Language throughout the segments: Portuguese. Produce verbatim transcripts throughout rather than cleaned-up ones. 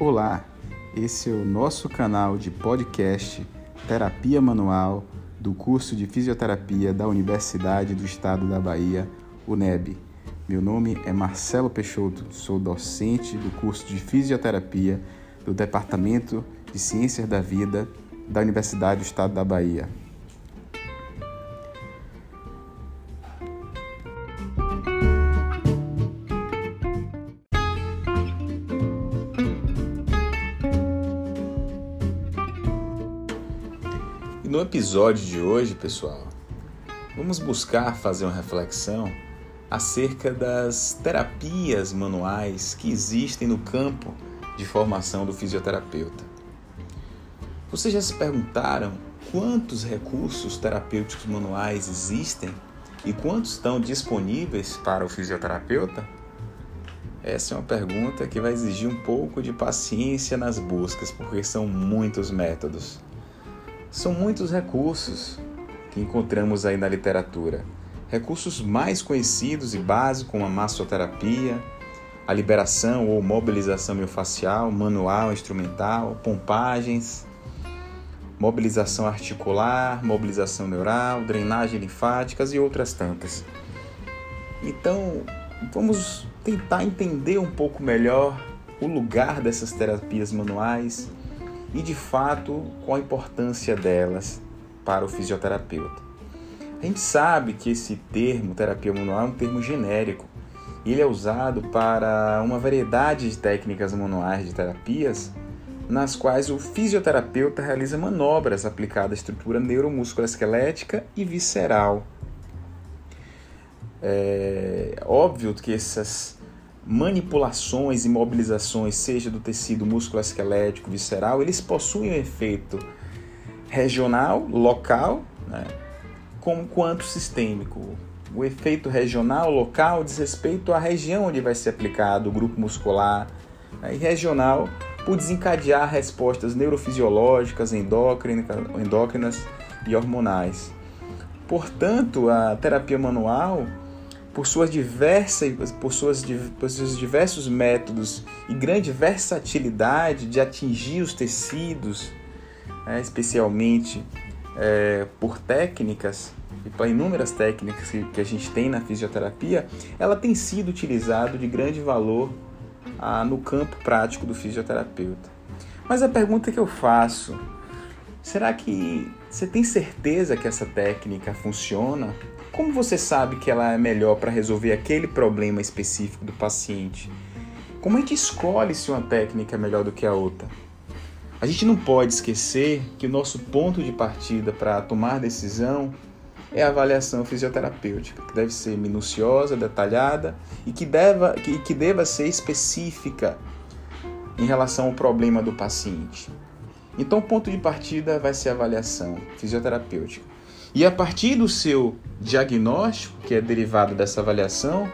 Olá, esse é o nosso canal de podcast Terapia Manual do curso de Fisioterapia da Universidade do Estado da Bahia, U N E B. Meu nome é Marcelo Peixoto, sou docente do curso de Fisioterapia do Departamento de Ciências da Vida da Universidade do Estado da Bahia. E no episódio de hoje, pessoal, vamos buscar fazer uma reflexão acerca das terapias manuais que existem no campo de formação do fisioterapeuta. Vocês já se perguntaram quantos recursos terapêuticos manuais existem e quantos estão disponíveis para o fisioterapeuta? Essa é uma pergunta que vai exigir um pouco de paciência nas buscas, porque são muitos métodos. São muitos recursos que encontramos aí na literatura. Recursos mais conhecidos e básicos, como a massoterapia, a liberação ou mobilização miofascial, manual, instrumental, pompagens, mobilização articular, mobilização neural, drenagem linfáticas e outras tantas. Então, vamos tentar entender um pouco melhor o lugar dessas terapias manuais e, de fato, qual a importância delas para o fisioterapeuta. A gente sabe que esse termo, terapia manual, é um termo genérico. Ele é usado para uma variedade de técnicas manuais de terapias nas quais o fisioterapeuta realiza manobras aplicadas à estrutura neuromusculoesquelética e visceral. É óbvio que essas manipulações e mobilizações, seja do tecido musculoesquelético, visceral, eles possuem um efeito regional, local, né, como quanto sistêmico. O efeito regional, local, diz respeito à região onde vai ser aplicado o grupo muscular, né, e regional, por desencadear respostas neurofisiológicas, endócrinas e hormonais. Portanto, a terapia manual, por suas diversas, por suas, por seus diversos métodos e grande versatilidade de atingir os tecidos, né, especialmente é, por técnicas, e para inúmeras técnicas que, que a gente tem na fisioterapia, ela tem sido utilizada de grande valor ah, no campo prático do fisioterapeuta. Mas a pergunta que eu faço, será que você tem certeza que essa técnica funciona? Como você sabe que ela é melhor para resolver aquele problema específico do paciente? Como a gente escolhe se uma técnica é melhor do que a outra? A gente não pode esquecer que o nosso ponto de partida para tomar decisão é a avaliação fisioterapêutica, que deve ser minuciosa, detalhada e que deva, que, que deva ser específica em relação ao problema do paciente. Então, o ponto de partida vai ser a avaliação fisioterapêutica. E a partir do seu diagnóstico, que é derivado dessa avaliação,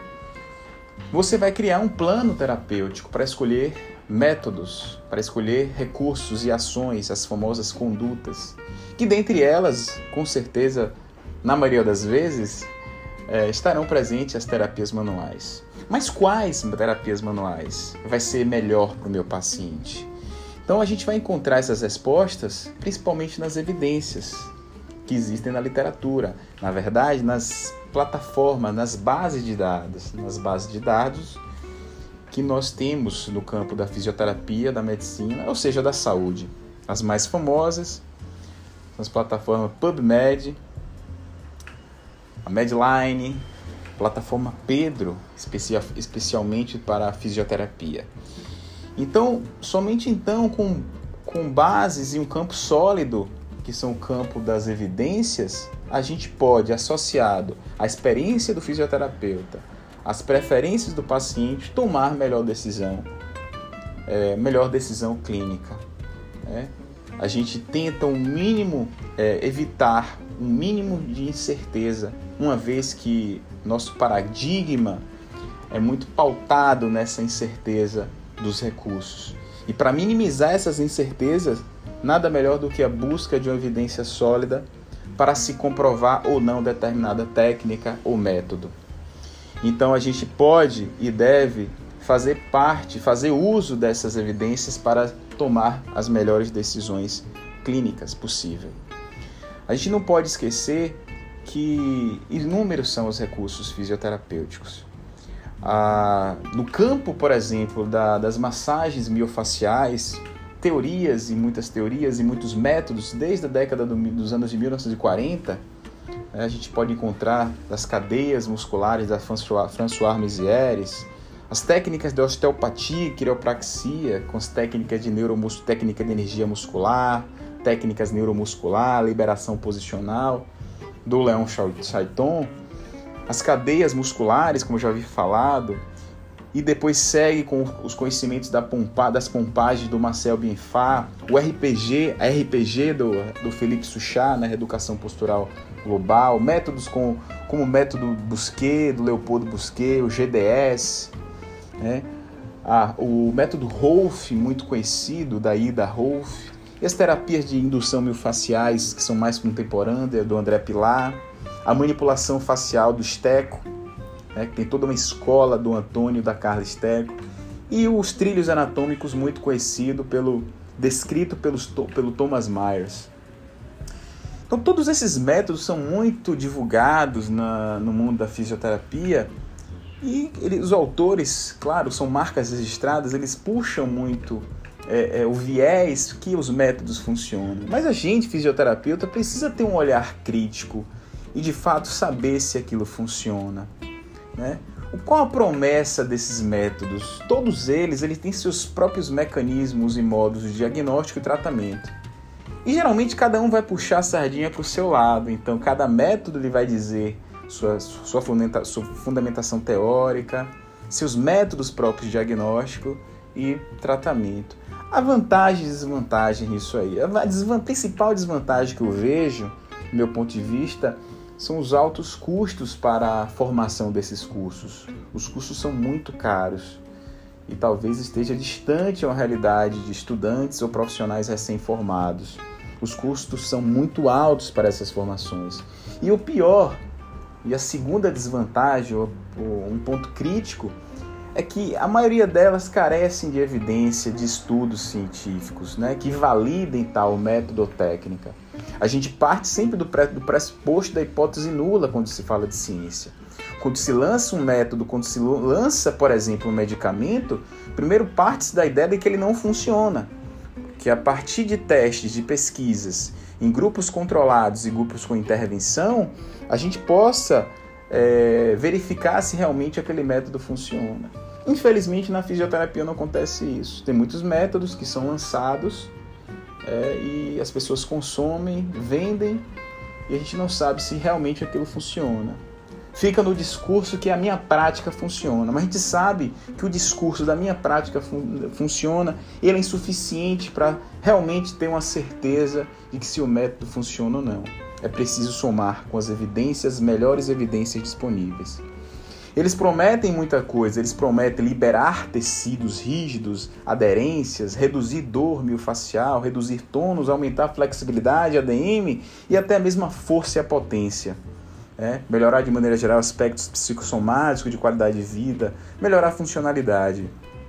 você vai criar um plano terapêutico para escolher métodos, para escolher recursos e ações, as famosas condutas, que dentre elas, com certeza, na maioria das vezes, é, estarão presentes as terapias manuais. Mas quais terapias manuais vai ser melhor para o meu paciente? Então a gente vai encontrar essas respostas principalmente nas evidências que existem na literatura. Na verdade, nas plataformas, nas bases de dados, nas bases de dados que nós temos no campo da fisioterapia, da medicina, ou seja, da saúde. As mais famosas são as plataformas PubMed, a Medline, plataforma Pedro, especial, especialmente para a fisioterapia. Então, somente então, com, com bases em um campo sólido, que são o campo das evidências, a gente pode, associado à experiência do fisioterapeuta, às preferências do paciente, tomar melhor decisão, é, melhor decisão clínica. Né? A gente tenta um mínimo, é, evitar um mínimo de incerteza, uma vez que nosso paradigma é muito pautado nessa incerteza dos recursos. E para minimizar essas incertezas, nada melhor do que a busca de uma evidência sólida para se comprovar ou não determinada técnica ou método. Então a gente pode e deve fazer parte, fazer uso dessas evidências para tomar as melhores decisões clínicas possível. A gente não pode esquecer que inúmeros são os recursos fisioterapêuticos. Ah, no campo, por exemplo, da, das massagens miofaciais, teorias e muitas teorias e muitos métodos, desde a década do, dos anos de mil novecentos e quarenta, a gente pode encontrar das cadeias musculares da François, François Mézières, as técnicas de osteopatia e quiropraxia, com as técnicas de neuromus, técnica de energia muscular, técnicas neuromuscular, liberação posicional, do Léon Chaitoun, as cadeias musculares, como já havia falado, e depois segue com os conhecimentos da pompa, das pompagens do Marcel Bienfait, o R P G, a R P G do, do Philippe Suchat, na Reeducação Postural Global, métodos com, como o método Busquet, do Leopoldo Busquet, o G D S, né? ah, o método Rolf, muito conhecido, da Ida Rolf, e as terapias de indução miofaciais, que são mais contemporâneas, do André Pilar, a manipulação facial do Stecco, né, que tem toda uma escola do Antônio, da Carla Stecco, e os trilhos anatômicos muito conhecido pelo, descrito pelos, pelo Thomas Myers. Então todos esses métodos são muito divulgados na, no mundo da fisioterapia e ele, os autores, claro, são marcas registradas, eles puxam muito é, é, o viés que os métodos funcionam. Mas a gente, fisioterapeuta, precisa ter um olhar crítico e de fato saber se aquilo funciona, né? Qual a promessa desses métodos? Todos eles, eles têm seus próprios mecanismos e modos de diagnóstico e tratamento. E geralmente cada um vai puxar a sardinha para o seu lado. Então cada método ele vai dizer sua, sua, fundamenta, sua fundamentação teórica, seus métodos próprios de diagnóstico e tratamento. A vantagem e desvantagem nisso aí. A desvantagem, principal desvantagem que eu vejo, do meu ponto de vista, são os altos custos para a formação desses cursos. Os custos são muito caros e talvez esteja distante uma realidade de estudantes ou profissionais recém-formados. Os custos são muito altos para essas formações. E o pior, e a segunda desvantagem, um ponto crítico, é que a maioria delas carecem de evidência de estudos científicos, né, que validem tal método ou técnica. A gente parte sempre do pressuposto da hipótese nula quando se fala de ciência. Quando se lança um método, quando se lança, por exemplo, um medicamento, primeiro parte-se da ideia de que ele não funciona. Que a partir de testes, de pesquisas, em grupos controlados e grupos com intervenção, a gente possa é, verificar se realmente aquele método funciona. Infelizmente, na fisioterapia não acontece isso. Tem muitos métodos que são lançados é, e as pessoas consomem, vendem, e a gente não sabe se realmente aquilo funciona. Fica no discurso que a minha prática funciona, mas a gente sabe que o discurso da minha prática fun- funciona, ele é insuficiente para realmente ter uma certeza de que se o método funciona ou não. É preciso somar com as evidências, as melhores evidências disponíveis. Eles prometem muita coisa, eles prometem liberar tecidos rígidos, aderências, reduzir dor miofacial, reduzir tônus, aumentar a flexibilidade, A D M e até mesmo a força e a potência. É, melhorar de maneira geral aspectos psicossomáticos de qualidade de vida, melhorar a funcionalidade.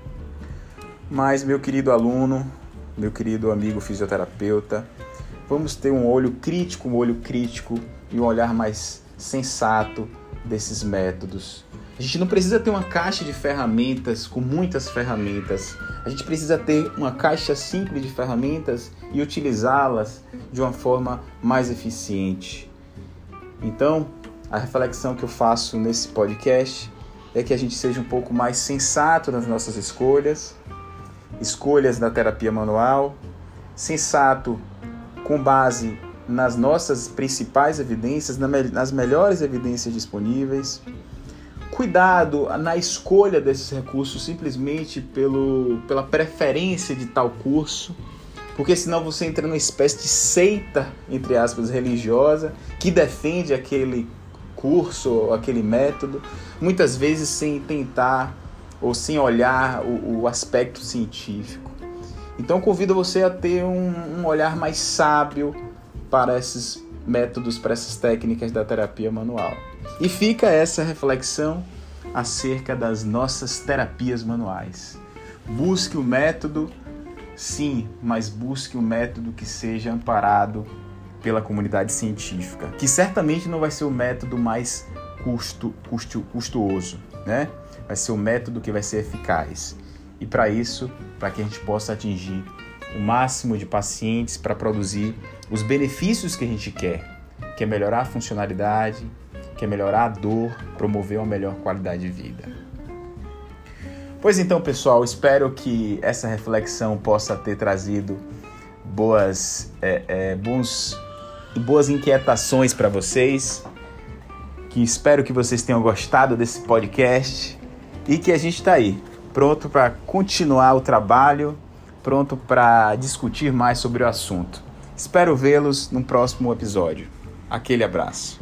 Mas, meu querido aluno, meu querido amigo fisioterapeuta, vamos ter um olho crítico, um olho crítico e um olhar mais sensato desses métodos. A gente não precisa ter uma caixa de ferramentas com muitas ferramentas. A gente precisa ter uma caixa simples de ferramentas e utilizá-las de uma forma mais eficiente. Então, a reflexão que eu faço nesse podcast é que a gente seja um pouco mais sensato nas nossas escolhas, escolhas da terapia manual, sensato com base nas nossas principais evidências, nas melhores evidências disponíveis, cuidado na escolha desses recursos simplesmente pelo, pela preferência de tal curso, porque senão você entra numa espécie de seita, entre aspas, religiosa, que defende aquele curso ou aquele método, muitas vezes sem tentar ou sem olhar o, o aspecto científico. Então convido você a ter um, um olhar mais sábio para esses métodos, para essas técnicas da terapia manual. E fica essa reflexão acerca das nossas terapias manuais. Busque o método, sim, mas busque um método que seja amparado pela comunidade científica, que certamente não vai ser o método mais custo, custo, custoso, né? Vai ser o método que vai ser eficaz. E para isso, para que a gente possa atingir o máximo de pacientes para produzir os benefícios que a gente quer, que é melhorar a funcionalidade, que é melhorar a dor, promover uma melhor qualidade de vida. Pois então, pessoal, espero que essa reflexão possa ter trazido boas, é, é, bons, boas inquietações para vocês, que espero que vocês tenham gostado desse podcast e que a gente está aí, pronto para continuar o trabalho, pronto para discutir mais sobre o assunto. Espero vê-los no próximo episódio. Aquele abraço.